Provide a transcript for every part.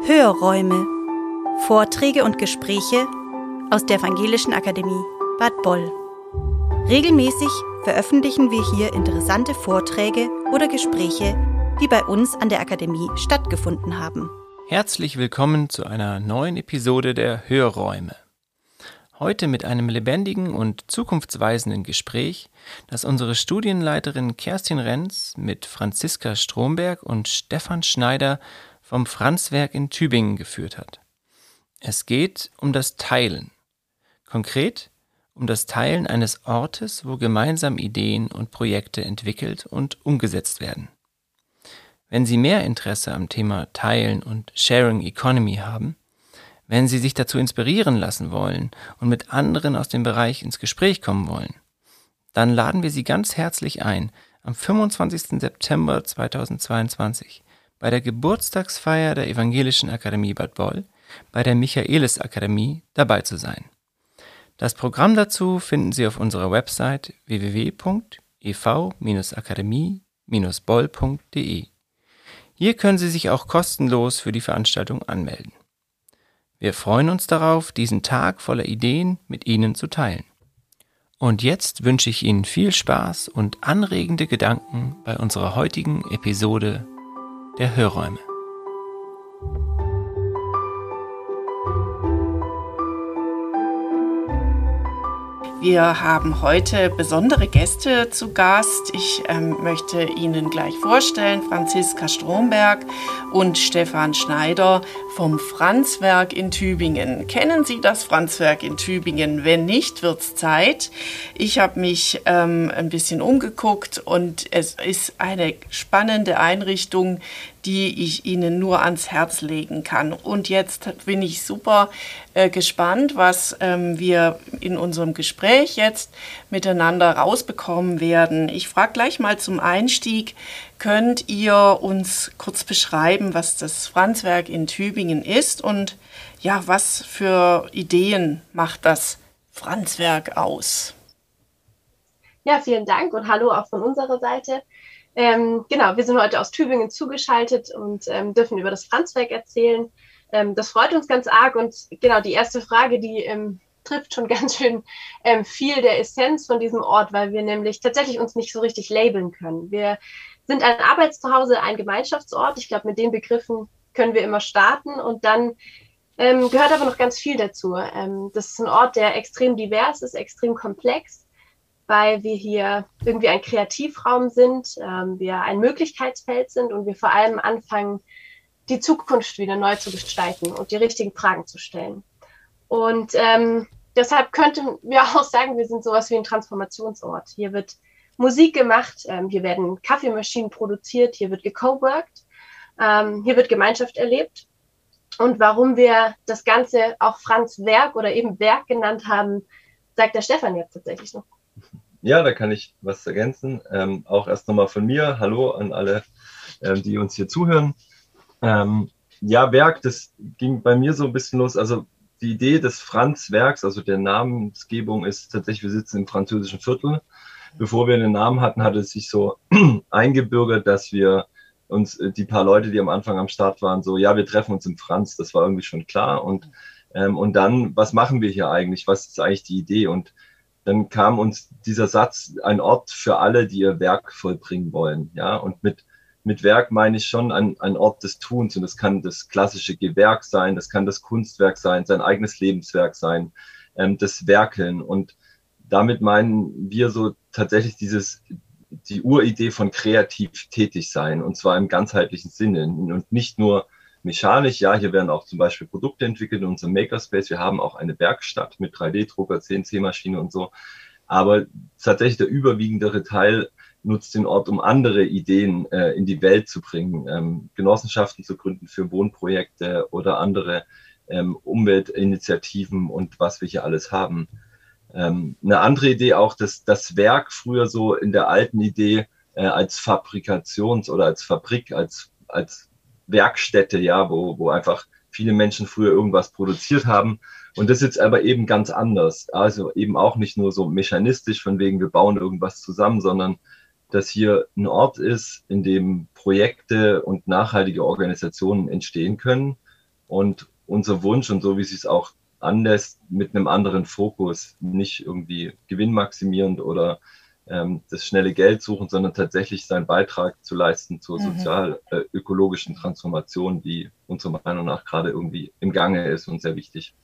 Hörräume. Vorträge und Gespräche aus der Evangelischen Akademie Bad Boll. Regelmäßig veröffentlichen wir hier interessante Vorträge oder Gespräche, die bei uns an der Akademie stattgefunden haben. Herzlich willkommen zu einer neuen Episode der Hörräume. Heute mit einem lebendigen und zukunftsweisenden Gespräch, das unsere Studienleiterin Kerstin Renz mit Franziska Stromberg und Stefan Schneider vom Franzwerk in Tübingen geführt hat. Es geht um das Teilen. Konkret um das Teilen eines Ortes, wo gemeinsam Ideen und Projekte entwickelt und umgesetzt werden. Wenn Sie mehr Interesse am Thema Teilen und Sharing Economy haben, wenn Sie sich dazu inspirieren lassen wollen und mit anderen aus dem Bereich ins Gespräch kommen wollen, dann laden wir Sie ganz herzlich ein, am 25. September 2022 bei der Geburtstagsfeier der Evangelischen Akademie Bad Boll bei der Michaelis-Akademie dabei zu sein. Das Programm dazu finden Sie auf unserer Website www.ev-akademie-boll.de. Hier können Sie sich auch kostenlos für die Veranstaltung anmelden. Wir freuen uns darauf, diesen Tag voller Ideen mit Ihnen zu teilen. Und jetzt wünsche ich Ihnen viel Spaß und anregende Gedanken bei unserer heutigen Episode der Hörräume. Wir haben heute besondere Gäste zu Gast. Ich möchte Ihnen gleich vorstellen, Franziska Stromberg und Stefan Schneider vom Franzwerk in Tübingen. Kennen Sie das Franzwerk in Tübingen? Wenn nicht, wird's Zeit. Ich habe mich ein bisschen umgeguckt und es ist eine spannende Einrichtung, die ich Ihnen nur ans Herz legen kann. Und jetzt bin ich super gespannt, was wir in unserem Gespräch jetzt miteinander rausbekommen werden. Ich frage gleich mal zum Einstieg, könnt ihr uns kurz beschreiben, was das Franzwerk in Tübingen ist und ja, was für Ideen macht das Franzwerk aus? Ja, vielen Dank und hallo auch von unserer Seite. Genau, wir sind heute aus Tübingen zugeschaltet und dürfen über das Franzwerk erzählen. Das freut uns ganz arg und genau, die erste Frage, die trifft schon ganz schön viel der Essenz von diesem Ort, weil wir nämlich tatsächlich uns nicht so richtig labeln können. Wir sind ein Arbeitszuhause, ein Gemeinschaftsort. Ich glaube, mit den Begriffen können wir immer starten und dann gehört aber noch ganz viel dazu. Das ist ein Ort, der extrem divers ist, extrem komplex, weil wir hier irgendwie ein Kreativraum sind, wir ein Möglichkeitsfeld sind und wir vor allem anfangen, die Zukunft wieder neu zu gestalten und die richtigen Fragen zu stellen. Und deshalb könnten wir auch sagen, wir sind sowas wie ein Transformationsort. Hier wird Musik gemacht, hier werden Kaffeemaschinen produziert, hier wird gecoworkt, hier wird Gemeinschaft erlebt. Und warum wir das Ganze auch Franzwerk oder eben Werk genannt haben, sagt der Stefan jetzt tatsächlich noch. Ja, da kann ich was ergänzen. Auch erst nochmal von mir. Hallo an alle, die uns hier zuhören. Ja, Werk, das ging bei mir so ein bisschen los. Also die Idee des Franzwerks, also der Namensgebung ist tatsächlich, wir sitzen im französischen Viertel. Bevor wir den Namen hatten, hatte es sich so eingebürgert, dass wir uns, die paar Leute, die am Anfang am Start waren, so, ja, wir treffen uns im Franz. Das war irgendwie schon klar. Und dann, was machen wir hier eigentlich? Was ist eigentlich die Idee? Und dann kam uns dieser Satz, ein Ort für alle, die ihr Werk vollbringen wollen. Ja, und mit Werk meine ich schon ein Ort des Tuns. Und das kann das klassische Gewerk sein, das kann das Kunstwerk sein, sein eigenes Lebenswerk sein, das Werkeln. Und damit meinen wir so tatsächlich die Uridee von kreativ tätig sein. Und zwar im ganzheitlichen Sinne und nicht nur mechanisch. Ja, hier werden auch zum Beispiel Produkte entwickelt in unserem Makerspace. Wir haben auch eine Werkstatt mit 3D-Drucker, CNC-Maschine und so. Aber tatsächlich der überwiegendere Teil nutzt den Ort, um andere Ideen in die Welt zu bringen, Genossenschaften zu gründen für Wohnprojekte oder andere Umweltinitiativen und was wir hier alles haben. Eine andere Idee auch, dass das Werk früher so in der alten Idee als Fabrikations- oder als Fabrik, als Werkstätte, ja, wo einfach viele Menschen früher irgendwas produziert haben. Und das ist jetzt aber eben ganz anders. Also eben auch nicht nur so mechanistisch, von wegen wir bauen irgendwas zusammen, sondern dass hier ein Ort ist, in dem Projekte und nachhaltige Organisationen entstehen können, und unser Wunsch und so, wie es auch anlässt, mit einem anderen Fokus, nicht irgendwie gewinnmaximierend oder das schnelle Geld suchen, sondern tatsächlich seinen Beitrag zu leisten zur sozial-ökologischen Transformation, die unserer Meinung nach gerade irgendwie im Gange ist und sehr wichtig.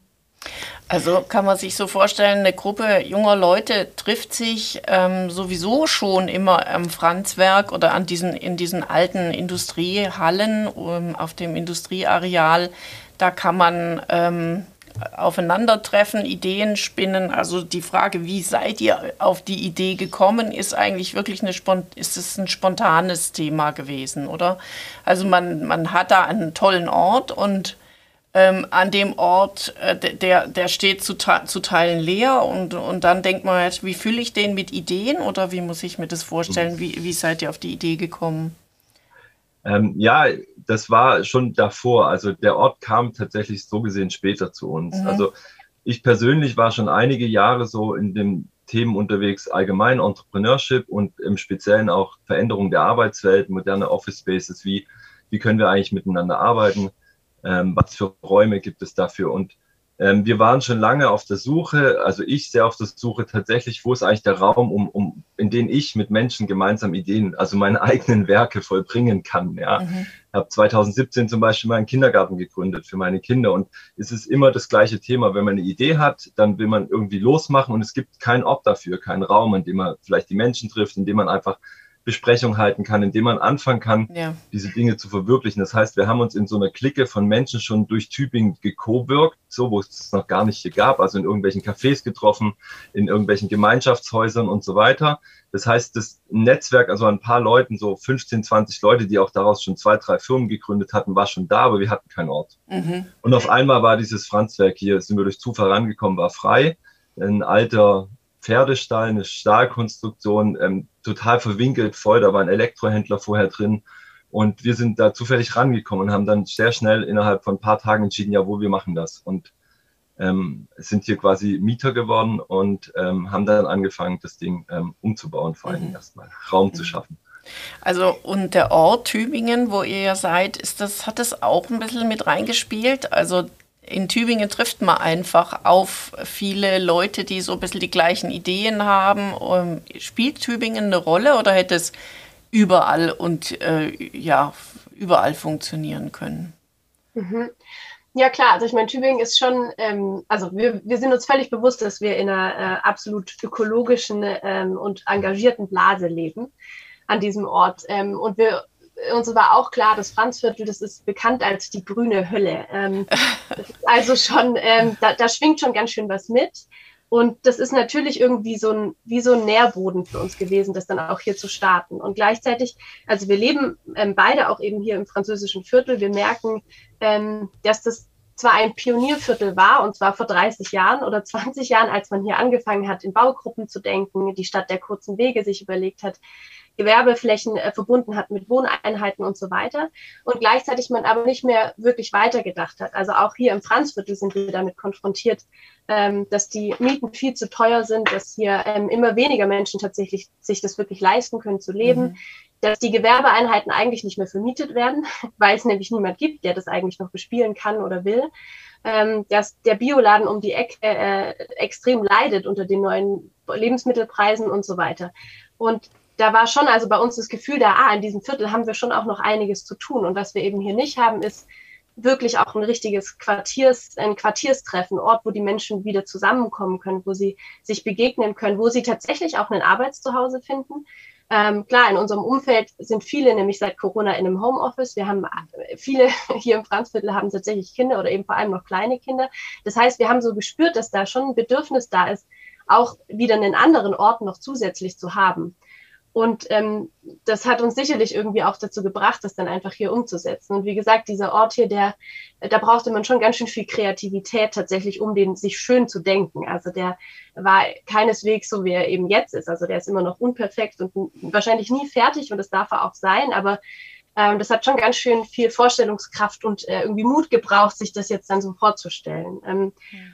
Also kann man sich so vorstellen, eine Gruppe junger Leute trifft sich sowieso schon immer am Franzwerk oder in diesen alten Industriehallen auf dem Industrieareal. Da kann man aufeinandertreffen, Ideen spinnen. Also die Frage, wie seid ihr auf die Idee gekommen, ist eigentlich wirklich ist es ein spontanes Thema gewesen, oder? Also man hat da einen tollen Ort und an dem Ort, der steht zu Teilen leer und dann denkt man jetzt, wie fülle ich den mit Ideen oder wie muss ich mir das vorstellen? Wie seid ihr auf die Idee gekommen? Ja, das war schon davor. Also der Ort kam tatsächlich so gesehen später zu uns. Also ich persönlich war schon einige Jahre so in den Themen unterwegs, allgemein Entrepreneurship und im Speziellen auch Veränderung der Arbeitswelt, moderne Office Spaces, wie können wir eigentlich miteinander arbeiten, was für Räume gibt es dafür. Und wir waren schon lange auf der Suche, also ich sehr auf der Suche tatsächlich, wo ist eigentlich der Raum, in den ich mit Menschen gemeinsam Ideen, also meine eigenen Werke vollbringen kann. Ja. Ich habe 2017 zum Beispiel mal einen Kindergarten gegründet für meine Kinder und es ist immer das gleiche Thema. Wenn man eine Idee hat, dann will man irgendwie losmachen und es gibt keinen Ort dafür, keinen Raum, in dem man vielleicht die Menschen trifft, in dem man einfach Besprechung halten kann, indem man anfangen kann, diese Dinge zu verwirklichen. Das heißt, wir haben uns in so einer Clique von Menschen schon durch Tübingen gekowirkt, so wo es das noch gar nicht hier gab, also in irgendwelchen Cafés getroffen, in irgendwelchen Gemeinschaftshäusern und so weiter. Das heißt, das Netzwerk, also ein paar Leuten, so 15, 20 Leute, die auch daraus schon 2, 3 Firmen gegründet hatten, war schon da, aber wir hatten keinen Ort. Und auf einmal war dieses Franzwerk hier, sind wir durch Zufall rangekommen, war frei, ein alter Pferdestall, eine Stahlkonstruktion, total verwinkelt, voll, da war ein Elektrohändler vorher drin und wir sind da zufällig rangekommen und haben dann sehr schnell innerhalb von ein paar Tagen entschieden, jawohl, wir machen das und sind hier quasi Mieter geworden und haben dann angefangen, das Ding umzubauen, vor allem erstmal Raum zu schaffen. Also und der Ort Tübingen, wo ihr ja seid, hat das auch ein bisschen mit reingespielt? Also in Tübingen trifft man einfach auf viele Leute, die so ein bisschen die gleichen Ideen haben. Spielt Tübingen eine Rolle oder hätte es überall überall funktionieren können? Ja klar, also ich meine, Tübingen ist schon, also wir sind uns völlig bewusst, dass wir in einer absolut ökologischen und engagierten Blase leben an diesem Ort. Und uns war auch klar, das Franzviertel, das ist bekannt als die grüne Hölle. Also schon, da schwingt schon ganz schön was mit. Und das ist natürlich irgendwie so ein Nährboden für uns gewesen, das dann auch hier zu starten. Und gleichzeitig, also wir leben beide auch eben hier im französischen Viertel. Wir merken, dass das zwar ein Pionierviertel war, und zwar vor 30 Jahren oder 20 Jahren, als man hier angefangen hat, in Baugruppen zu denken, die Stadt der kurzen Wege sich überlegt hat, Gewerbeflächen verbunden hat mit Wohneinheiten und so weiter. Und gleichzeitig man aber nicht mehr wirklich weitergedacht hat. Also auch hier im Franzviertel sind wir damit konfrontiert, dass die Mieten viel zu teuer sind, dass hier immer weniger Menschen tatsächlich sich das wirklich leisten können zu leben, dass die Gewerbeeinheiten eigentlich nicht mehr vermietet werden, weil es nämlich niemand gibt, der das eigentlich noch bespielen kann oder will. Dass der Bioladen um die Ecke extrem leidet unter den neuen Lebensmittelpreisen und so weiter. Und da war schon also bei uns das Gefühl da, in diesem Viertel haben wir schon auch noch einiges zu tun. Und was wir eben hier nicht haben, ist wirklich auch ein richtiges Quartierstreffen, ein Ort, wo die Menschen wieder zusammenkommen können, wo sie sich begegnen können, wo sie tatsächlich auch ein Arbeitszuhause finden. Klar, in unserem Umfeld sind viele nämlich seit Corona in einem Homeoffice. Wir haben viele hier im Franzviertel haben tatsächlich Kinder oder eben vor allem noch kleine Kinder. Das heißt, wir haben so gespürt, dass da schon ein Bedürfnis da ist, auch wieder einen anderen Ort noch zusätzlich zu haben. Und das hat uns sicherlich irgendwie auch dazu gebracht, das dann einfach hier umzusetzen. Und wie gesagt, dieser Ort hier, da brauchte man schon ganz schön viel Kreativität tatsächlich, um den sich schön zu denken. Also der war keineswegs so, wie er eben jetzt ist. Also der ist immer noch unperfekt und wahrscheinlich nie fertig und das darf er auch sein. Aber das hat schon ganz schön viel Vorstellungskraft und irgendwie Mut gebraucht, sich das jetzt dann so vorzustellen.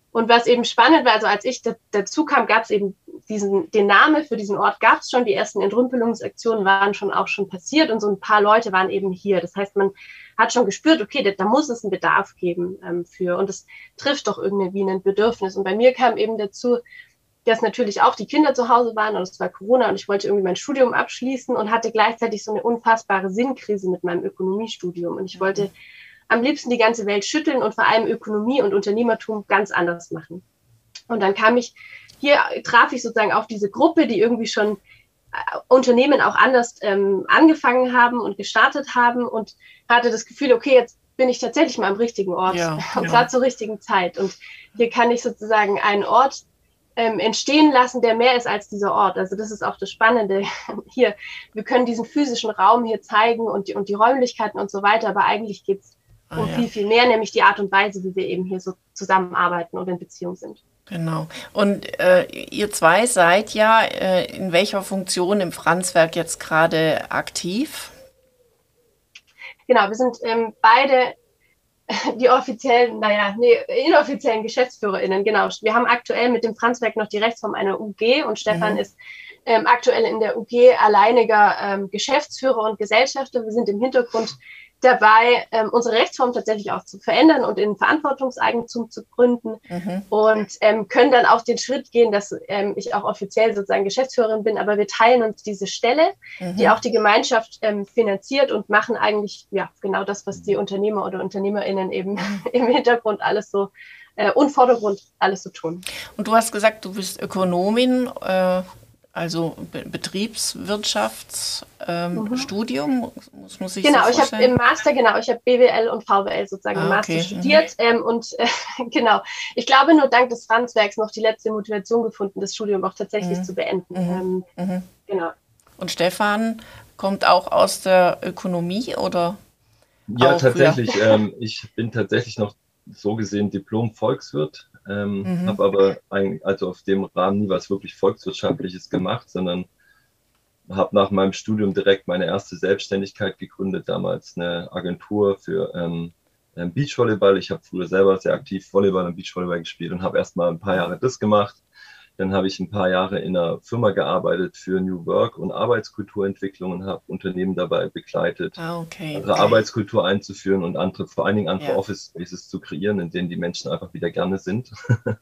Und was eben spannend war, also als ich dazu kam, gab es eben den Namen für diesen Ort gab es schon. Die ersten Entrümpelungsaktionen waren auch schon passiert und so ein paar Leute waren eben hier. Das heißt, man hat schon gespürt, okay, da muss es einen Bedarf geben für und es trifft doch irgendwie ein Bedürfnis. Und bei mir kam eben dazu, dass natürlich auch die Kinder zu Hause waren und es war Corona und ich wollte irgendwie mein Studium abschließen und hatte gleichzeitig so eine unfassbare Sinnkrise mit meinem Ökonomiestudium. Und ich wollte am liebsten die ganze Welt schütteln und vor allem Ökonomie und Unternehmertum ganz anders machen. Und dann traf ich sozusagen auf diese Gruppe, die irgendwie schon Unternehmen auch anders angefangen haben und gestartet haben und hatte das Gefühl, okay, jetzt bin ich tatsächlich mal am richtigen Ort und zwar zur richtigen Zeit. Und hier kann ich sozusagen einen Ort entstehen lassen, der mehr ist als dieser Ort. Also das ist auch das Spannende hier. Wir können diesen physischen Raum hier zeigen und die Räumlichkeiten und so weiter, aber eigentlich geht es um viel, viel mehr, nämlich die Art und Weise, wie wir eben hier so zusammenarbeiten und in Beziehung sind. Genau. Und ihr zwei seid ja in welcher Funktion im Franzwerk jetzt gerade aktiv? Genau, wir sind beide die inoffiziellen GeschäftsführerInnen, genau. Wir haben aktuell mit dem Franzwerk noch die Rechtsform einer UG und Stefan ist aktuell in der UG alleiniger Geschäftsführer und Gesellschafter. Wir sind im Hintergrund dabei, unsere Rechtsform tatsächlich auch zu verändern und in Verantwortungseigentum zu gründen und können dann auch den Schritt gehen, dass ich auch offiziell sozusagen Geschäftsführerin bin, aber wir teilen uns diese Stelle, die auch die Gemeinschaft finanziert und machen eigentlich genau das, was die Unternehmer oder UnternehmerInnen eben im Hintergrund alles so und Vordergrund alles so tun. Und du hast gesagt, du bist Ökonomin, also Betriebswirtschaftsstudium, muss ich genau, so ich habe im Master, ich habe BWL und VWL sozusagen im Master studiert genau. Ich glaube nur dank des Franzwerks noch die letzte Motivation gefunden, das Studium auch tatsächlich zu beenden. Genau. Und Stefan kommt auch aus der Ökonomie oder? Ja, tatsächlich. Ich bin tatsächlich noch so gesehen Diplom-Volkswirt. Habe aber auf dem Rahmen nie was wirklich Volkswirtschaftliches gemacht, sondern habe nach meinem Studium direkt meine erste Selbstständigkeit gegründet, damals eine Agentur für Beachvolleyball. Ich habe früher selber sehr aktiv Volleyball und Beachvolleyball gespielt und habe erst mal ein paar Jahre das gemacht. Dann habe ich ein paar Jahre in einer Firma gearbeitet für New Work und Arbeitskulturentwicklung und habe Unternehmen dabei begleitet, andere Arbeitskultur einzuführen und vor allen Dingen andere Office Spaces zu kreieren, in denen die Menschen einfach wieder gerne sind.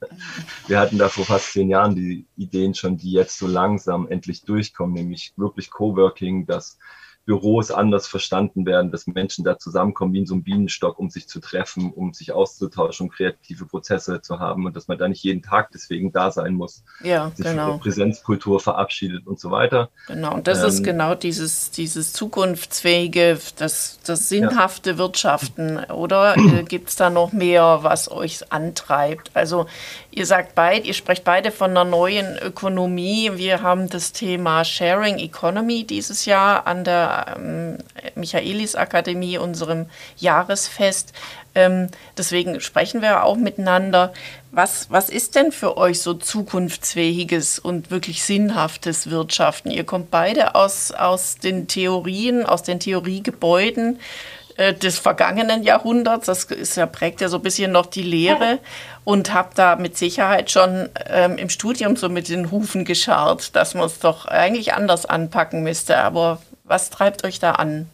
Wir hatten da vor fast 10 Jahren die Ideen schon, die jetzt so langsam endlich durchkommen, nämlich wirklich Coworking, dass Büros anders verstanden werden, dass Menschen da zusammenkommen wie in so einem Bienenstock, um sich zu treffen, um sich auszutauschen, um kreative Prozesse zu haben und dass man da nicht jeden Tag deswegen da sein muss, sich von der Präsenzkultur verabschiedet und so weiter. Genau, und das ist genau dieses zukunftsfähige, das sinnhafte Wirtschaften, oder? Gibt es da noch mehr, was euch antreibt? Also ihr sprecht beide von einer neuen Ökonomie. Wir haben das Thema Sharing Economy dieses Jahr an der Michaelis Akademie, unserem Jahresfest. Deswegen sprechen wir auch miteinander. Was ist denn für euch so zukunftsfähiges und wirklich sinnhaftes Wirtschaften? Ihr kommt beide aus den Theorien, aus den Theoriegebäuden des vergangenen Jahrhunderts. Das prägt ja so ein bisschen noch die Lehre und habe da mit Sicherheit schon im Studium so mit den Hufen gescharrt, dass man es doch eigentlich anders anpacken müsste. Aber was treibt euch da an?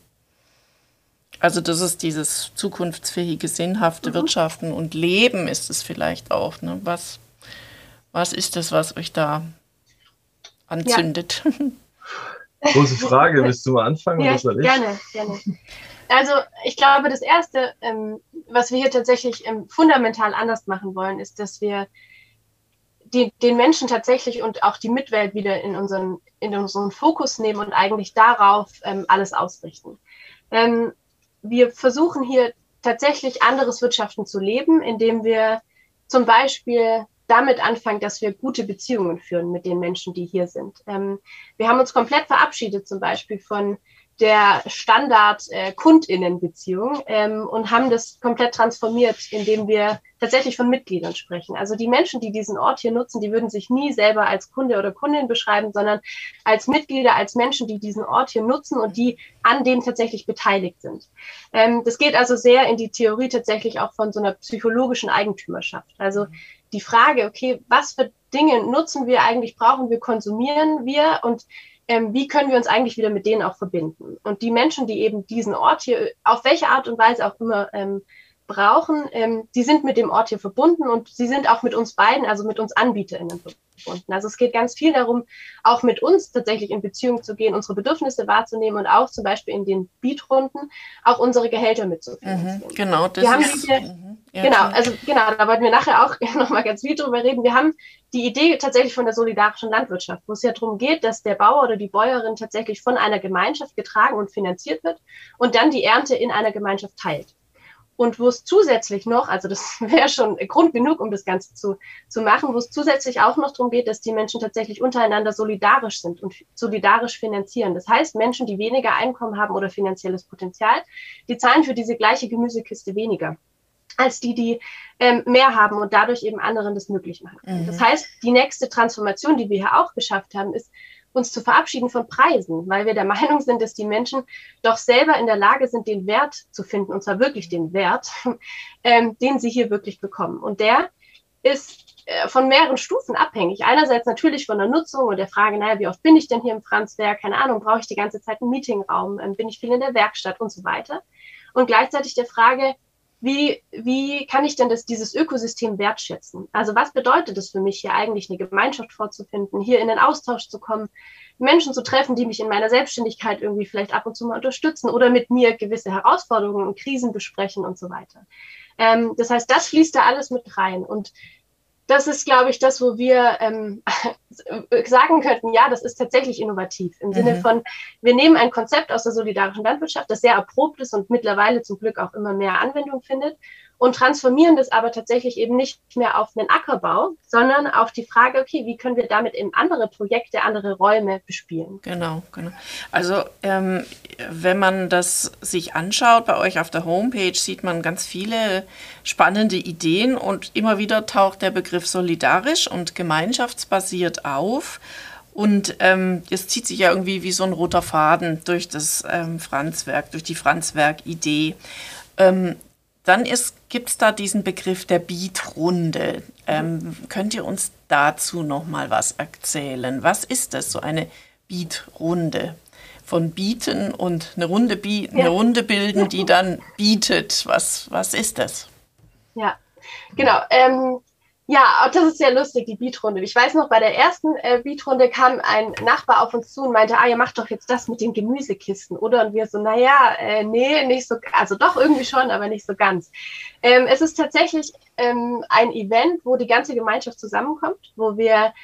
Also das ist dieses zukunftsfähige, sinnhafte Wirtschaften und Leben ist es vielleicht auch. Ne? Was ist das, was euch da anzündet? Große Frage, willst du mal anfangen? Ja, gerne. Also ich glaube, das Erste, was wir hier tatsächlich fundamental anders machen wollen, ist, dass wir den Menschen tatsächlich und auch die Mitwelt wieder in unseren Fokus nehmen und eigentlich darauf alles ausrichten. Wir versuchen hier tatsächlich anderes Wirtschaften zu leben, indem wir zum Beispiel damit anfangen, dass wir gute Beziehungen führen mit den Menschen, die hier sind. Wir haben uns komplett verabschiedet zum Beispiel von der Standard-KundInnen-Beziehung und haben das komplett transformiert, indem wir tatsächlich von Mitgliedern sprechen. Also die Menschen, die diesen Ort hier nutzen, die würden sich nie selber als Kunde oder Kundin beschreiben, sondern als Mitglieder, als Menschen, die diesen Ort hier nutzen und die an dem tatsächlich beteiligt sind. Das geht also sehr in die Theorie tatsächlich auch von so einer psychologischen Eigentümerschaft. Also die Frage, okay, was für Dinge nutzen wir eigentlich, brauchen wir, konsumieren wir und wie können wir uns eigentlich wieder mit denen auch verbinden? Und die Menschen, die eben diesen Ort hier auf welche Art und Weise auch immer brauchen, die sind mit dem Ort hier verbunden und sie sind auch mit uns beiden, also mit uns AnbieterInnen verbunden. Also es geht ganz viel darum, auch mit uns tatsächlich in Beziehung zu gehen, unsere Bedürfnisse wahrzunehmen und auch zum Beispiel in den Beat-Runden auch unsere Gehälter mitzufinanzieren. Genau, das ist... Genau, da wollten wir nachher auch nochmal ganz viel drüber reden. Wir haben die Idee tatsächlich von der solidarischen Landwirtschaft, wo es ja darum geht, dass der Bauer oder die Bäuerin tatsächlich von einer Gemeinschaft getragen und finanziert wird und dann die Ernte in einer Gemeinschaft teilt. Und wo es zusätzlich noch, also das wäre schon Grund genug, um das Ganze zu machen, wo es zusätzlich auch noch darum geht, dass die Menschen tatsächlich untereinander solidarisch sind und solidarisch finanzieren. Das heißt, Menschen, die weniger Einkommen haben oder finanzielles Potenzial, die zahlen für diese gleiche Gemüsekiste weniger als die mehr haben und dadurch eben anderen das möglich machen können. Das heißt, die nächste Transformation, die wir hier auch geschafft haben, ist, uns zu verabschieden von Preisen, weil wir der Meinung sind, dass die Menschen doch selber in der Lage sind, den Wert zu finden, und zwar wirklich den Wert, den sie hier wirklich bekommen. Und der ist von mehreren Stufen abhängig. Einerseits natürlich von der Nutzung und der Frage, naja, wie oft bin ich denn hier im Franzwerk? Keine Ahnung, brauche ich die ganze Zeit einen Meetingraum? Bin ich viel in der Werkstatt und so weiter? Und gleichzeitig der Frage, wie kann ich denn dieses Ökosystem wertschätzen? Also was bedeutet es für mich, hier eigentlich eine Gemeinschaft vorzufinden, hier in den Austausch zu kommen, Menschen zu treffen, die mich in meiner Selbstständigkeit irgendwie vielleicht ab und zu mal unterstützen oder mit mir gewisse Herausforderungen und Krisen besprechen und so weiter. Das heißt, das fließt da alles mit rein. Und das ist, glaube ich, das, wo wir sagen könnten, ja, das ist tatsächlich innovativ. Im Sinne von, wir nehmen ein Konzept aus der solidarischen Landwirtschaft, das sehr erprobt ist und mittlerweile zum Glück auch immer mehr Anwendung findet, und transformieren das aber tatsächlich eben nicht mehr auf einen Ackerbau, sondern auf die Frage, okay, wie können wir damit eben andere Projekte, andere Räume bespielen? Genau. Also wenn man das sich anschaut, bei euch auf der Homepage sieht man ganz viele spannende Ideen und immer wieder taucht der Begriff solidarisch und gemeinschaftsbasiert auf. Und es zieht sich ja irgendwie wie so ein roter Faden durch das Franzwerk, durch die Franzwerk-Idee. Dann gibt es da diesen Begriff der Beat-Runde. Könnt ihr uns dazu noch mal was erzählen? Was ist das, so eine Beat-Runde? Von bieten und eine Runde bilden, die dann bietet. Was ist das? Ja, genau. Ja, das ist sehr lustig, die Beat-Runde. Ich weiß noch, bei der ersten Beat-Runde kam ein Nachbar auf uns zu und meinte, ihr macht doch jetzt das mit den Gemüsekisten, oder? Und wir so, nee, nicht so, also doch irgendwie schon, aber nicht so ganz. Es ist tatsächlich ein Event, wo die ganze Gemeinschaft zusammenkommt, wo wir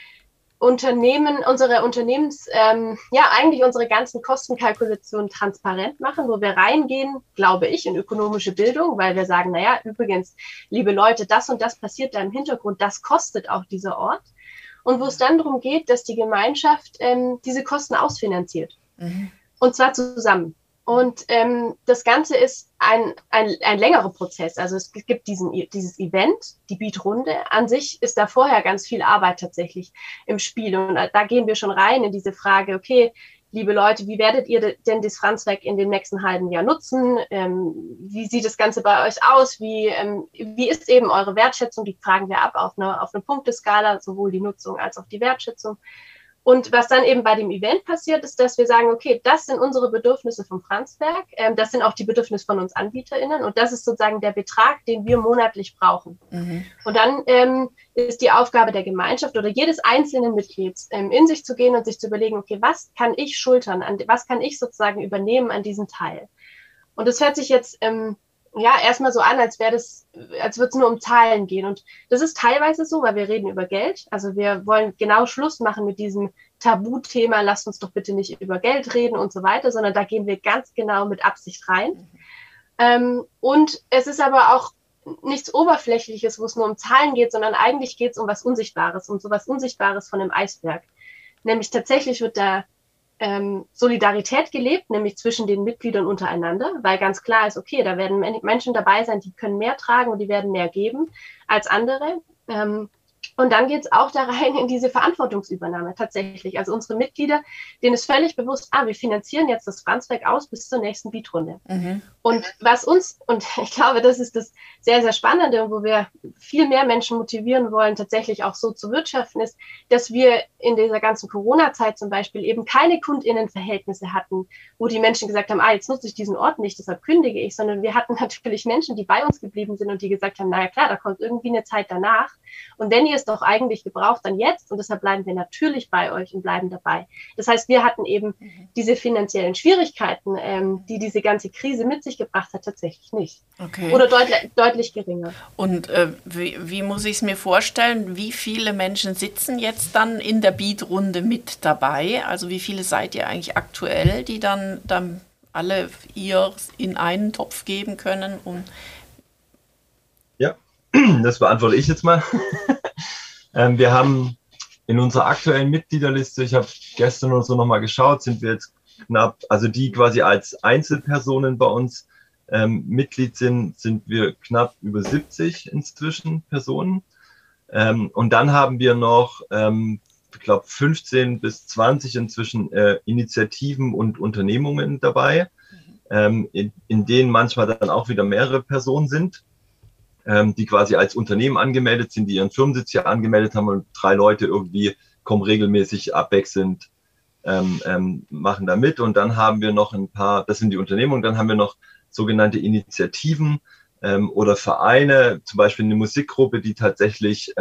eigentlich unsere ganzen Kostenkalkulationen transparent machen, wo wir reingehen, glaube ich, in ökonomische Bildung, weil wir sagen, übrigens, liebe Leute, das und das passiert da im Hintergrund, das kostet auch dieser Ort. Und wo es dann darum geht, dass die Gemeinschaft diese Kosten ausfinanziert. Und zwar zusammen. Und das Ganze ist ein längerer Prozess. Also es gibt dieses Event, die Beat-Runde. An sich ist da vorher ganz viel Arbeit tatsächlich im Spiel. Und da gehen wir schon rein in diese Frage, okay, liebe Leute, wie werdet ihr denn das Franzwerk in dem nächsten halben Jahr nutzen? Wie sieht das Ganze bei euch aus? Wie ist eben eure Wertschätzung? Die fragen wir ab auf eine Punkteskala, sowohl die Nutzung als auch die Wertschätzung. Und was dann eben bei dem Event passiert, ist, dass wir sagen, okay, das sind unsere Bedürfnisse vom Franzwerk, das sind auch die Bedürfnisse von uns AnbieterInnen und das ist sozusagen der Betrag, den wir monatlich brauchen. Und dann ist die Aufgabe der Gemeinschaft oder jedes einzelnen Mitglieds, in sich zu gehen und sich zu überlegen, okay, was kann ich schultern, was kann ich sozusagen übernehmen an diesem Teil? Und das hört sich jetzt erstmal so an, als würde es nur um Zahlen gehen. Und das ist teilweise so, weil wir reden über Geld. Also wir wollen genau Schluss machen mit diesem Tabuthema, lasst uns doch bitte nicht über Geld reden und so weiter, sondern da gehen wir ganz genau mit Absicht rein. Und es ist aber auch nichts Oberflächliches, wo es nur um Zahlen geht, sondern eigentlich geht es um was Unsichtbares, um so was Unsichtbares von einem Eisberg. Nämlich tatsächlich wird da Solidarität gelebt, nämlich zwischen den Mitgliedern untereinander, weil ganz klar ist, okay, da werden Menschen dabei sein, die können mehr tragen und die werden mehr geben als andere. Und dann geht es auch da rein in diese Verantwortungsübernahme tatsächlich. Also unsere Mitglieder, denen ist völlig bewusst, wir finanzieren jetzt das Franzwerk aus bis zur nächsten Beat-Runde. Und was uns, und ich glaube, das ist das sehr, sehr Spannende und wo wir viel mehr Menschen motivieren wollen, tatsächlich auch so zu wirtschaften, ist, dass wir in dieser ganzen Corona-Zeit zum Beispiel eben keine KundInnenverhältnisse hatten, wo die Menschen gesagt haben, jetzt nutze ich diesen Ort nicht, deshalb kündige ich, sondern wir hatten natürlich Menschen, die bei uns geblieben sind und die gesagt haben, naja klar, da kommt irgendwie eine Zeit danach. Und wenn ihr es doch eigentlich gebraucht, dann jetzt. Und deshalb bleiben wir natürlich bei euch und bleiben dabei. Das heißt, wir hatten eben diese finanziellen Schwierigkeiten, die diese ganze Krise mit sich gebracht hat, tatsächlich nicht. Okay. Oder deutlich geringer. Und wie muss ich es mir vorstellen? Wie viele Menschen sitzen jetzt dann in der Beat-Runde mit dabei? Also wie viele seid ihr eigentlich aktuell, die dann alle ihr in einen Topf geben können? Und ja, das beantworte ich jetzt mal. Wir haben in unserer aktuellen Mitgliederliste, ich habe gestern oder so nochmal geschaut, sind wir jetzt knapp, also die quasi als Einzelpersonen bei uns Mitglied sind wir knapp über 70 inzwischen Personen. Und dann haben wir noch, ich glaube, 15 bis 20 inzwischen Initiativen und Unternehmungen dabei, in denen manchmal dann auch wieder mehrere Personen sind, die quasi als Unternehmen angemeldet sind, die ihren Firmensitz hier angemeldet haben und 3 Leute irgendwie kommen regelmäßig abwechselnd, machen da mit. Und dann haben wir noch ein paar, das sind die Unternehmungen, dann haben wir noch sogenannte Initiativen oder Vereine, zum Beispiel eine Musikgruppe, die tatsächlich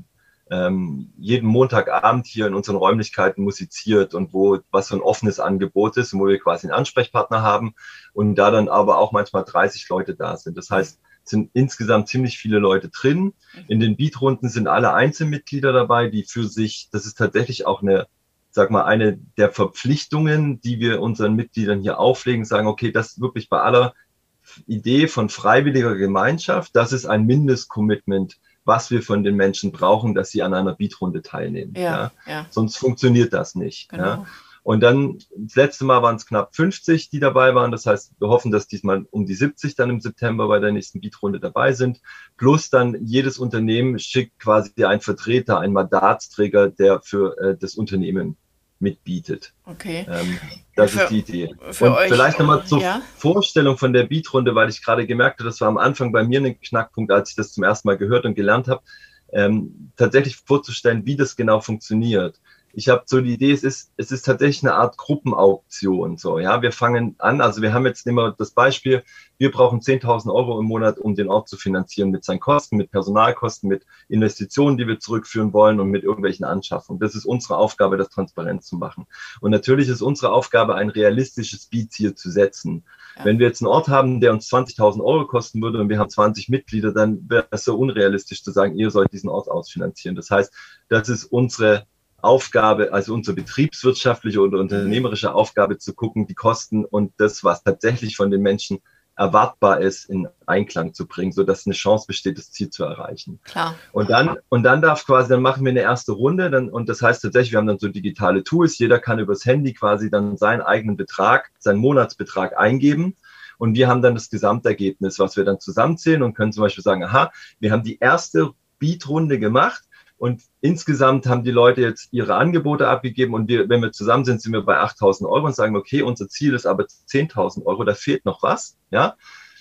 jeden Montagabend hier in unseren Räumlichkeiten musiziert und was so ein offenes Angebot ist und wo wir quasi einen Ansprechpartner haben und da dann aber auch manchmal 30 Leute da sind. Das heißt, es sind insgesamt ziemlich viele Leute drin. In den Beat-Runden sind alle Einzelmitglieder dabei, die für sich, das ist tatsächlich auch eine der Verpflichtungen, die wir unseren Mitgliedern hier auflegen, sagen, okay, das ist wirklich bei aller Idee von freiwilliger Gemeinschaft, das ist ein Mindestcommitment, was wir von den Menschen brauchen, dass sie an einer Beat-Runde teilnehmen. Ja. Sonst funktioniert das nicht. Genau. Ja. Und dann, das letzte Mal waren es knapp 50, die dabei waren. Das heißt, wir hoffen, dass diesmal um die 70 dann im September bei der nächsten Beat-Runde dabei sind. Plus dann jedes Unternehmen schickt quasi einen Vertreter, einen Mandatsträger, der für das Unternehmen mitbietet. Okay. Das ist die Idee. Und vielleicht nochmal zur Vorstellung von der Beat-Runde, weil ich gerade gemerkt habe, das war am Anfang bei mir ein Knackpunkt, als ich das zum ersten Mal gehört und gelernt habe, tatsächlich vorzustellen, wie das genau funktioniert. Ich habe so die Idee, es ist tatsächlich eine Art Gruppenauktion. So, ja, wir fangen an, also wir haben jetzt immer das Beispiel, wir brauchen 10.000 Euro im Monat, um den Ort zu finanzieren mit seinen Kosten, mit Personalkosten, mit Investitionen, die wir zurückführen wollen und mit irgendwelchen Anschaffungen. Das ist unsere Aufgabe, das transparent zu machen. Und natürlich ist unsere Aufgabe, ein realistisches Beat-Ziel zu setzen. Ja. Wenn wir jetzt einen Ort haben, der uns 20.000 Euro kosten würde und wir haben 20 Mitglieder, dann wäre es so unrealistisch zu sagen, ihr sollt diesen Ort ausfinanzieren. Das heißt, das ist unsere Aufgabe, also unsere betriebswirtschaftliche oder unternehmerische Aufgabe zu gucken, die Kosten und das, was tatsächlich von den Menschen erwartbar ist, in Einklang zu bringen, sodass eine Chance besteht, das Ziel zu erreichen. Klar. Und dann dann machen wir eine erste Runde, und das heißt tatsächlich, wir haben dann so digitale Tools, jeder kann übers Handy quasi dann seinen eigenen Betrag, seinen Monatsbetrag eingeben. Und wir haben dann das Gesamtergebnis, was wir dann zusammenzählen und können zum Beispiel sagen, aha, wir haben die erste Beat-Runde gemacht. Und insgesamt haben die Leute jetzt ihre Angebote abgegeben und wenn wir zusammen sind, sind wir bei 8.000 Euro und sagen, okay, unser Ziel ist aber 10.000 Euro, da fehlt noch was, ja.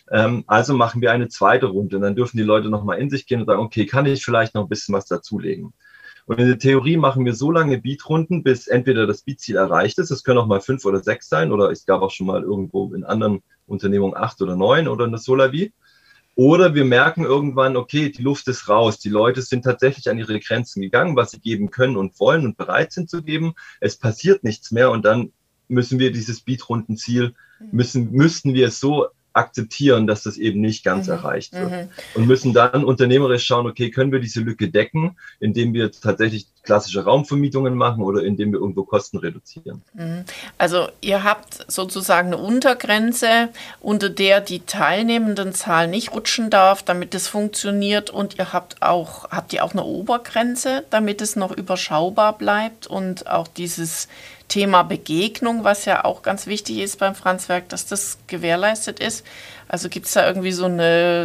Also machen wir eine zweite Runde und dann dürfen die Leute nochmal in sich gehen und sagen, okay, kann ich vielleicht noch ein bisschen was dazulegen? Und in der Theorie machen wir so lange Beat-Runden, bis entweder das Beat-Ziel erreicht ist, es können auch mal 5 oder 6 sein oder es gab auch schon mal irgendwo in anderen Unternehmungen 8 oder 9 oder eine Solavi. Oder wir merken irgendwann, okay, die Luft ist raus. Die Leute sind tatsächlich an ihre Grenzen gegangen, was sie geben können und wollen und bereit sind zu geben. Es passiert nichts mehr und dann müssen wir dieses Beat-Rundenziel, müssten wir es so akzeptieren, dass das eben nicht ganz erreicht wird. Und müssen dann unternehmerisch schauen, okay, können wir diese Lücke decken, indem wir tatsächlich klassische Raumvermietungen machen oder indem wir irgendwo Kosten reduzieren. Also ihr habt sozusagen eine Untergrenze, unter der die Teilnehmendenzahl nicht rutschen darf, damit es funktioniert, und habt ihr auch eine Obergrenze, damit es noch überschaubar bleibt und auch dieses Thema Begegnung, was ja auch ganz wichtig ist beim Franzwerk, dass das gewährleistet ist. Also gibt es da irgendwie so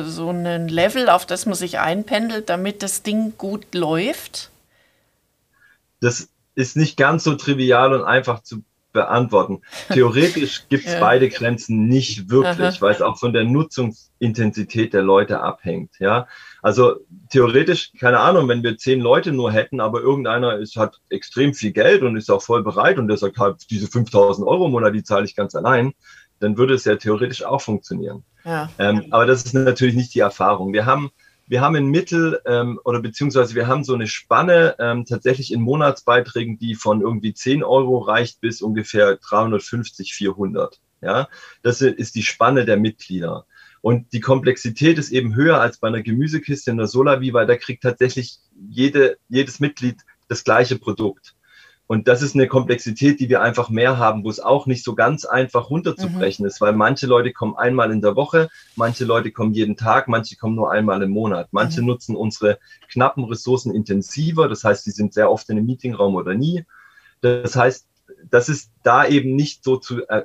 einen Level, auf das man sich einpendelt, damit das Ding gut läuft? Das ist nicht ganz so trivial und einfach zu beantworten. Theoretisch gibt es beide Grenzen nicht wirklich, weil es auch von der Nutzungsintensität der Leute abhängt. Ja, also theoretisch, keine Ahnung, wenn wir 10 Leute nur hätten, aber irgendeiner hat extrem viel Geld und ist auch voll bereit und der sagt halt, diese 5.000 Euro im Monat, die zahle ich ganz allein, dann würde es ja theoretisch auch funktionieren. Ja. Aber das ist natürlich nicht die Erfahrung. Wir haben ein Mittel oder beziehungsweise wir haben so eine Spanne tatsächlich in Monatsbeiträgen, die von irgendwie 10 Euro reicht bis ungefähr 350, 400. Ja, das ist die Spanne der Mitglieder. Und die Komplexität ist eben höher als bei einer Gemüsekiste in der Solavi, weil da kriegt tatsächlich jedes Mitglied das gleiche Produkt. Und das ist eine Komplexität, die wir einfach mehr haben, wo es auch nicht so ganz einfach runterzubrechen ist, weil manche Leute kommen einmal in der Woche, manche Leute kommen jeden Tag, manche kommen nur einmal im Monat. Manche nutzen unsere knappen Ressourcen intensiver, das heißt, sie sind sehr oft in einem Meetingraum oder nie. Das heißt, das ist da eben nicht so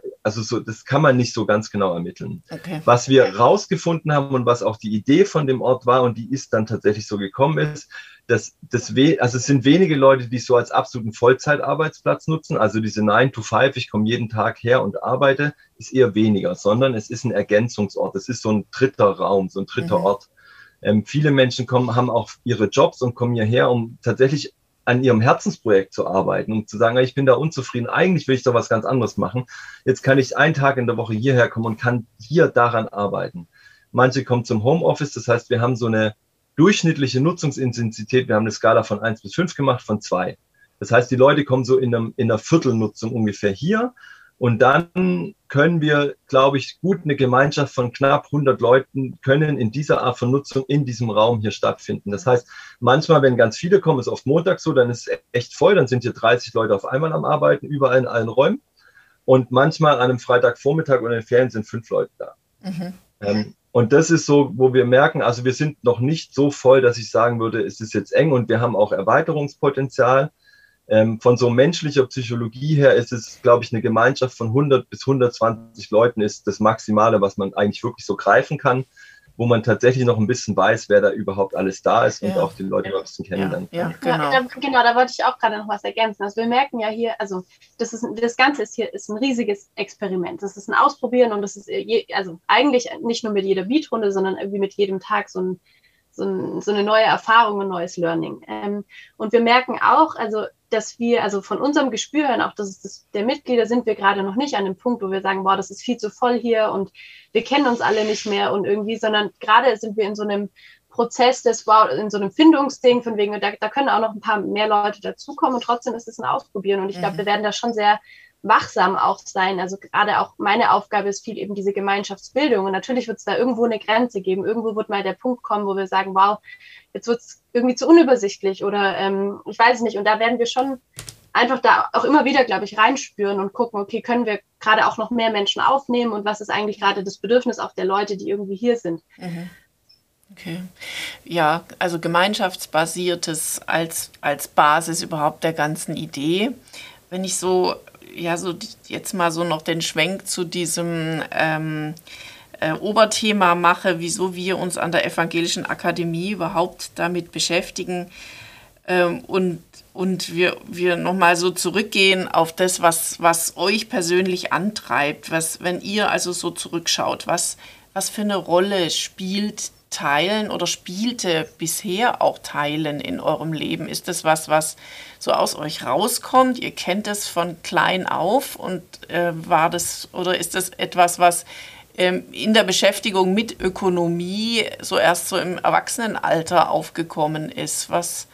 das kann man nicht so ganz genau ermitteln. Okay. Was wir rausgefunden haben und was auch die Idee von dem Ort war und die ist dann tatsächlich so gekommen ist, es sind wenige Leute, die es so als absoluten Vollzeitarbeitsplatz nutzen, also diese 9 to 5, ich komme jeden Tag her und arbeite, ist eher weniger, sondern es ist ein Ergänzungsort, es ist so ein dritter Raum, so ein dritter Ort. Viele Menschen haben auch ihre Jobs und kommen hierher, um tatsächlich an ihrem Herzensprojekt zu arbeiten, um zu sagen, ich bin da unzufrieden, eigentlich will ich doch was ganz anderes machen. Jetzt kann ich einen Tag in der Woche hierher kommen und kann hier daran arbeiten. Manche kommen zum Homeoffice, das heißt, wir haben so eine durchschnittliche Nutzungsintensität, wir haben eine Skala von 1 bis 5 gemacht, von 2. Das heißt, die Leute kommen so in einer Viertelnutzung ungefähr hier und dann können wir, glaube ich, gut eine Gemeinschaft von knapp 100 Leuten können in dieser Art von Nutzung in diesem Raum hier stattfinden. Das heißt, manchmal, wenn ganz viele kommen, ist oft Montag so, dann ist es echt voll, dann sind hier 30 Leute auf einmal am Arbeiten, überall in allen Räumen und manchmal an einem Freitagvormittag oder in den Ferien sind 5 Leute da. Und das ist so, wo wir merken, also wir sind noch nicht so voll, dass ich sagen würde, es ist jetzt eng und wir haben auch Erweiterungspotenzial. Von so menschlicher Psychologie her ist es, glaube ich, eine Gemeinschaft von 100 bis 120 Leuten ist das Maximale, was man eigentlich wirklich so greifen kann, wo man tatsächlich noch ein bisschen weiß, wer da überhaupt alles da ist und auch die Leute noch ein bisschen kennenlernen kann. Genau, da wollte ich auch gerade noch was ergänzen. Also wir merken ja hier, also das Ganze ist ein riesiges Experiment. Das ist ein Ausprobieren und das ist also eigentlich nicht nur mit jeder Beatrunde, sondern irgendwie mit jedem Tag so eine neue Erfahrung, ein neues Learning. Und wir merken auch, also dass wir, also von unserem Gespür hören, auch der Mitglieder sind wir gerade noch nicht an dem Punkt, wo wir sagen, boah, das ist viel zu voll hier und wir kennen uns alle nicht mehr und irgendwie, sondern gerade sind wir in so einem Prozess in so einem Findungsding, von wegen, da können auch noch ein paar mehr Leute dazukommen und trotzdem ist es ein Ausprobieren und ich glaube, wir werden da schon sehr wachsam auch sein. Also gerade auch meine Aufgabe ist viel eben diese Gemeinschaftsbildung und natürlich wird es da irgendwo eine Grenze geben. Irgendwo wird mal der Punkt kommen, wo wir sagen, wow, jetzt wird es irgendwie zu unübersichtlich oder ich weiß es nicht. Und da werden wir schon einfach da auch immer wieder, glaube ich, reinspüren und gucken, okay, können wir gerade auch noch mehr Menschen aufnehmen und was ist eigentlich gerade das Bedürfnis auch der Leute, die irgendwie hier sind. Okay. Ja, also gemeinschaftsbasiertes als Basis überhaupt der ganzen Idee. Wenn ich so jetzt mal so noch den Schwenk zu diesem Oberthema mache, wieso wir uns an der Evangelischen Akademie überhaupt damit beschäftigen und wir nochmal so zurückgehen auf das, was euch persönlich antreibt, wenn ihr also so zurückschaut, was für eine Rolle spielt Teilen oder spielte bisher auch Teilen in eurem Leben? Ist das was so aus euch rauskommt? Ihr kennt es von klein auf und ist das etwas, was in der Beschäftigung mit Ökonomie so erst so im Erwachsenenalter aufgekommen ist? Was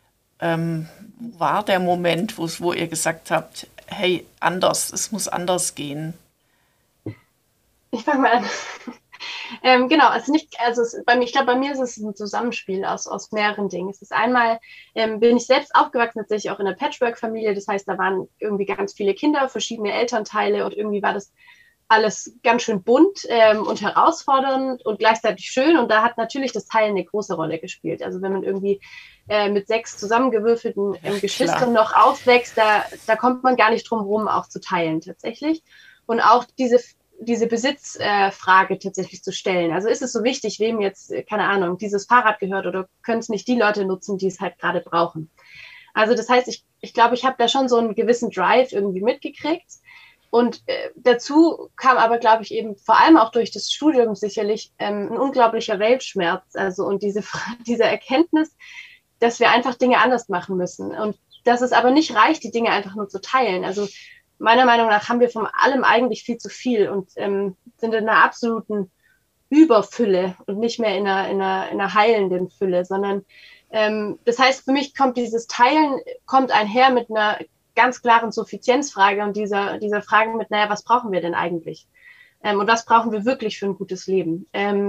war der Moment, wo ihr gesagt habt, hey, es muss anders gehen? Ich fange mal an. Genau, ich glaube, bei mir ist es ein Zusammenspiel aus mehreren Dingen. Es ist einmal, bin ich selbst aufgewachsen, tatsächlich auch in einer Patchwork-Familie. Das heißt, da waren irgendwie ganz viele Kinder, verschiedene Elternteile und irgendwie war das alles ganz schön bunt und herausfordernd und gleichzeitig schön. Und da hat natürlich das Teilen eine große Rolle gespielt. Also wenn man irgendwie mit 6 zusammengewürfelten Geschwistern noch aufwächst, da kommt man gar nicht drum rum, auch zu teilen tatsächlich. Und auch diese Besitzfrage tatsächlich zu stellen. Also ist es so wichtig, wem jetzt, keine Ahnung, dieses Fahrrad gehört oder können es nicht die Leute nutzen, die es halt gerade brauchen. Also das heißt, ich glaube, ich habe da schon so einen gewissen Drive irgendwie mitgekriegt. Und dazu kam aber, glaube ich, eben vor allem auch durch das Studium sicherlich ein unglaublicher Weltschmerz. Also und diese Erkenntnis, dass wir einfach Dinge anders machen müssen. Und dass es aber nicht reicht, die Dinge einfach nur zu teilen. Also meiner Meinung nach haben wir von allem eigentlich viel zu viel und sind in einer absoluten Überfülle und nicht mehr in einer heilenden Fülle, sondern das heißt, für mich kommt dieses Teilen einher mit einer ganz klaren Suffizienzfrage und dieser Frage mit, naja, was brauchen wir denn eigentlich? Und was brauchen wir wirklich für ein gutes Leben?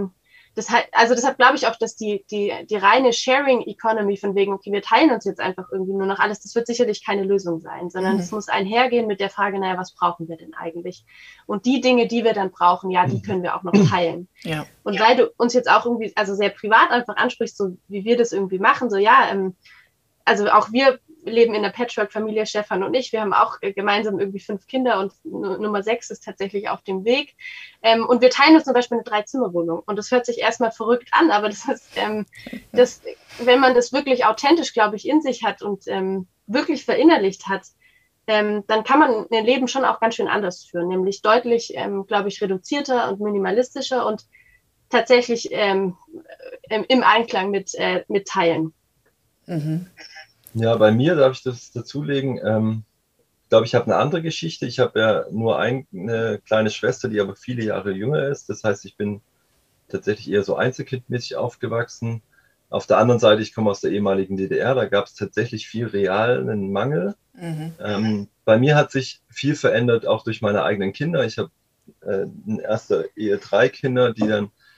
Deshalb glaube ich auch, dass die reine Sharing Economy von wegen, okay, wir teilen uns jetzt einfach irgendwie nur noch alles, das wird sicherlich keine Lösung sein, sondern es muss einhergehen mit der Frage, naja, was brauchen wir denn eigentlich? Und die Dinge, die wir dann brauchen, ja, die können wir auch noch teilen. Ja. Und weil du uns jetzt auch irgendwie, also sehr privat einfach ansprichst, so wie wir das irgendwie machen, so ja, also auch wir leben in einer Patchwork-Familie, Stefan und ich. Wir haben auch gemeinsam irgendwie 5 Kinder und Nummer 6 ist tatsächlich auf dem Weg. Und wir teilen uns zum Beispiel eine 3-Zimmer-Wohnung. Und das hört sich erstmal verrückt an, aber das ist, wenn man das wirklich authentisch, glaube ich, in sich hat und wirklich verinnerlicht hat, dann kann man ein Leben schon auch ganz schön anders führen, nämlich deutlich, glaube ich, reduzierter und minimalistischer und tatsächlich im Einklang mit Teilen. Mhm. Ja, bei mir darf ich das dazulegen. Ich glaube, ich habe eine andere Geschichte. Ich habe ja nur eine kleine Schwester, die aber viele Jahre jünger ist. Das heißt, ich bin tatsächlich eher so einzelkindmäßig aufgewachsen. Auf der anderen Seite, ich komme aus der ehemaligen DDR, da gab es tatsächlich viel realen Mangel. Mhm. Bei mir hat sich viel verändert, auch durch meine eigenen Kinder. Ich habe in erster Ehe 3 Kinder, die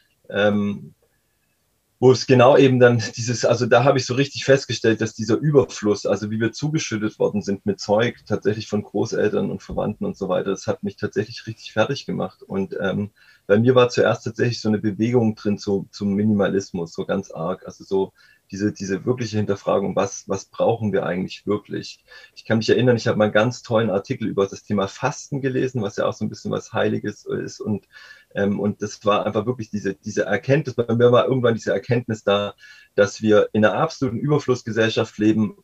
dann wo es genau eben dann also da habe ich so richtig festgestellt, dass dieser Überfluss, also wie wir zugeschüttet worden sind mit Zeug, tatsächlich von Großeltern und Verwandten und so weiter, das hat mich tatsächlich richtig fertig gemacht. Und bei mir war zuerst tatsächlich so eine Bewegung drin zum Minimalismus, so ganz arg. Also so diese wirkliche Hinterfragung, was brauchen wir eigentlich wirklich? Ich kann mich erinnern, ich habe mal einen ganz tollen Artikel über das Thema Fasten gelesen, was ja auch so ein bisschen was Heiliges ist. Und das war einfach wirklich diese Erkenntnis, bei mir war irgendwann diese Erkenntnis da, dass wir in einer absoluten Überflussgesellschaft leben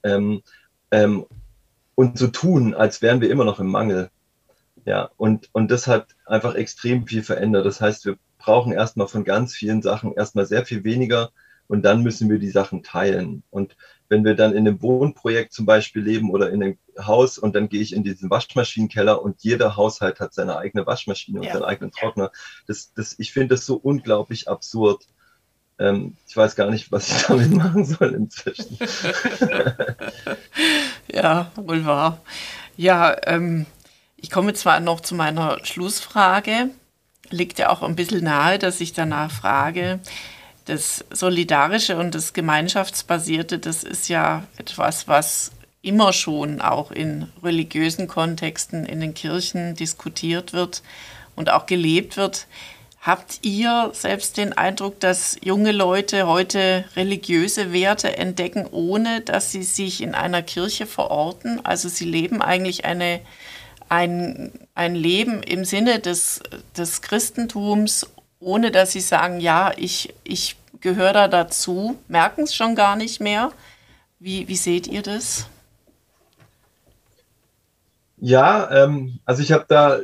und so tun, als wären wir immer noch im Mangel. Ja, und das hat einfach extrem viel verändert. Das heißt, wir brauchen erstmal von ganz vielen Sachen erstmal sehr viel weniger und dann müssen wir die Sachen teilen. Und wenn wir dann in einem Wohnprojekt zum Beispiel leben oder in einem Haus und dann gehe ich in diesen Waschmaschinenkeller und jeder Haushalt hat seine eigene Waschmaschine und seinen eigenen Trockner. Ich finde das so unglaublich absurd. Ich weiß gar nicht, was ich damit machen soll inzwischen. Ja, wohl wahr. Ja, ich komme zwar noch zu meiner Schlussfrage, liegt ja auch ein bisschen nahe, dass ich danach frage. Das Solidarische und das Gemeinschaftsbasierte, das ist ja etwas, was immer schon auch in religiösen Kontexten in den Kirchen diskutiert wird und auch gelebt wird. Habt ihr selbst den Eindruck, dass junge Leute heute religiöse Werte entdecken, ohne dass sie sich in einer Kirche verorten? Also sie leben eigentlich ein Leben im Sinne des Christentums, ohne dass sie sagen, ja, ich gehöre da dazu, merken es schon gar nicht mehr. Wie seht ihr das? Ja, also ich habe da,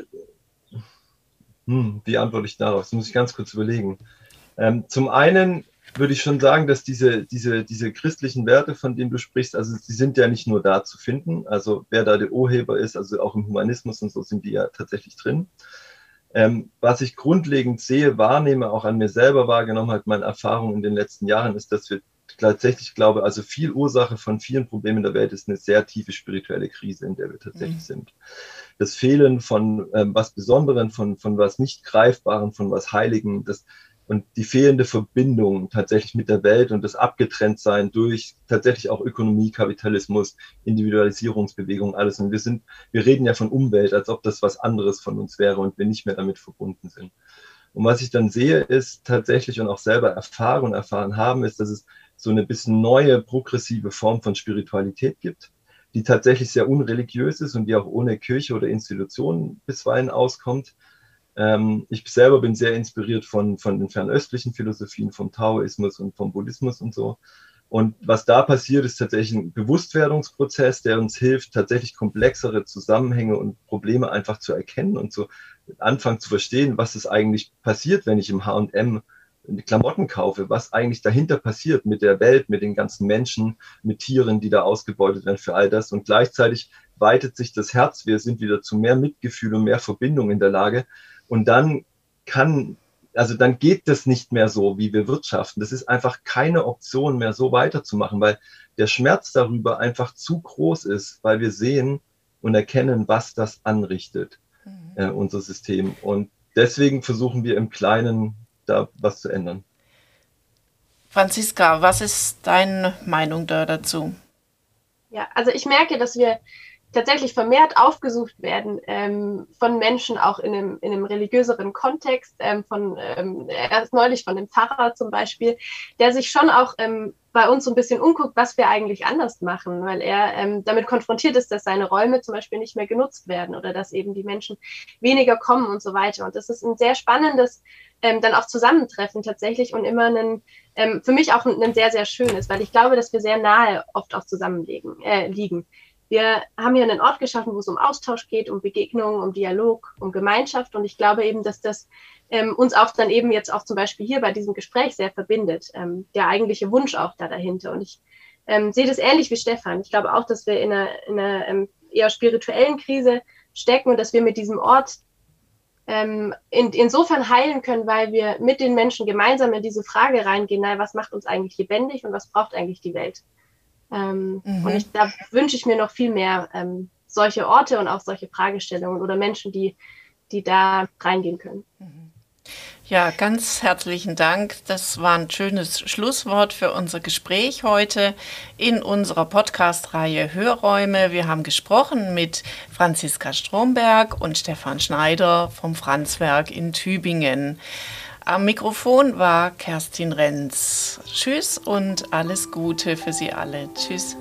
wie antworte ich darauf? Das muss ich ganz kurz überlegen. Zum einen würde ich schon sagen, dass diese christlichen Werte, von denen du sprichst, also sie sind ja nicht nur da zu finden, also wer da der Urheber ist, also auch im Humanismus und so sind die ja tatsächlich drin. Was ich grundlegend sehe, wahrnehme, auch an mir selber wahrgenommen habe, meine Erfahrung in den letzten Jahren, ist, dass wir tatsächlich, glaube, also viel Ursache von vielen Problemen der Welt ist eine sehr tiefe spirituelle Krise, in der wir tatsächlich sind. Das Fehlen von was Besonderem, von was nicht Greifbarem, von was Heiligem, und die fehlende Verbindung tatsächlich mit der Welt und das Abgetrenntsein durch tatsächlich auch Ökonomie, Kapitalismus, Individualisierungsbewegung, alles. Und wir reden ja von Umwelt, als ob das was anderes von uns wäre und wir nicht mehr damit verbunden sind. Und was ich dann sehe, ist tatsächlich und auch selber erfahren haben, ist, dass es so eine bisschen neue, progressive Form von Spiritualität gibt, die tatsächlich sehr unreligiös ist und die auch ohne Kirche oder Institutionen bisweilen auskommt. Ich selber bin sehr inspiriert von den fernöstlichen Philosophien, vom Taoismus und vom Buddhismus und so. Und was da passiert, ist tatsächlich ein Bewusstwerdungsprozess, der uns hilft, tatsächlich komplexere Zusammenhänge und Probleme einfach zu erkennen und zu anfangen zu verstehen, was ist eigentlich passiert, wenn ich im H&M Klamotten kaufe, was eigentlich dahinter passiert mit der Welt, mit den ganzen Menschen, mit Tieren, die da ausgebeutet werden für all das. Und gleichzeitig weitet sich das Herz. Wir sind wieder zu mehr Mitgefühl und mehr Verbindung in der Lage. Und dann geht das nicht mehr so, wie wir wirtschaften. Das ist einfach keine Option mehr, so weiterzumachen, weil der Schmerz darüber einfach zu groß ist, weil wir sehen und erkennen, was das anrichtet, unser System. Und deswegen versuchen wir im Kleinen da was zu ändern. Franziska, was ist deine Meinung dazu? Ja, also ich merke, dass wir tatsächlich vermehrt aufgesucht werden von Menschen auch in einem religiöseren Kontext, erst neulich von dem Pfarrer zum Beispiel, der sich schon auch bei uns so ein bisschen umguckt, was wir eigentlich anders machen, weil er damit konfrontiert ist, dass seine Räume zum Beispiel nicht mehr genutzt werden oder dass eben die Menschen weniger kommen und so weiter. Und das ist ein sehr spannendes dann auch Zusammentreffen tatsächlich und immer für mich auch ein sehr, sehr schönes, weil ich glaube, dass wir sehr nahe oft auch liegen. Wir haben hier einen Ort geschaffen, wo es um Austausch geht, um Begegnungen, um Dialog, um Gemeinschaft. Und ich glaube eben, dass das uns auch dann eben jetzt auch zum Beispiel hier bei diesem Gespräch sehr verbindet. Der eigentliche Wunsch auch dahinter. Und ich sehe das ähnlich wie Stefan. Ich glaube auch, dass wir in einer eher spirituellen Krise stecken und dass wir mit diesem Ort insofern heilen können, weil wir mit den Menschen gemeinsam in diese Frage reingehen, was macht uns eigentlich lebendig und was braucht eigentlich die Welt? Und da wünsche ich mir noch viel mehr solche Orte und auch solche Fragestellungen oder Menschen, die da reingehen können. Ja, ganz herzlichen Dank. Das war ein schönes Schlusswort für unser Gespräch heute in unserer Podcast-Reihe Hörräume. Wir haben gesprochen mit Franziska Stromberg und Stefan Schneider vom Franzwerk in Tübingen. Am Mikrofon war Kerstin Renz. Tschüss und alles Gute für Sie alle. Tschüss.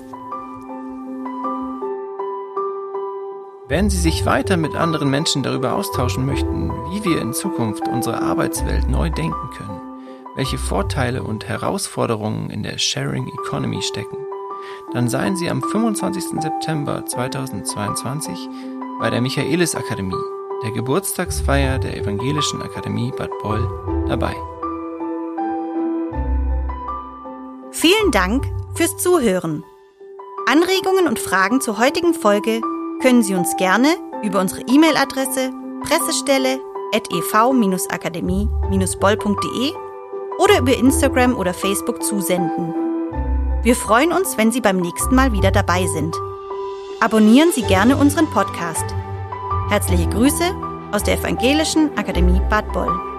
Wenn Sie sich weiter mit anderen Menschen darüber austauschen möchten, wie wir in Zukunft unsere Arbeitswelt neu denken können, welche Vorteile und Herausforderungen in der Sharing Economy stecken, dann seien Sie am 25. September 2022 bei der Michaelis-Akademie, der Geburtstagsfeier der Evangelischen Akademie Bad Boll, dabei. Vielen Dank fürs Zuhören. Anregungen und Fragen zur heutigen Folge können Sie uns gerne über unsere E-Mail-Adresse pressestelle@ev-akademie-boll.de oder über Instagram oder Facebook zusenden. Wir freuen uns, wenn Sie beim nächsten Mal wieder dabei sind. Abonnieren Sie gerne unseren Podcast. Herzliche Grüße aus der Evangelischen Akademie Bad Boll.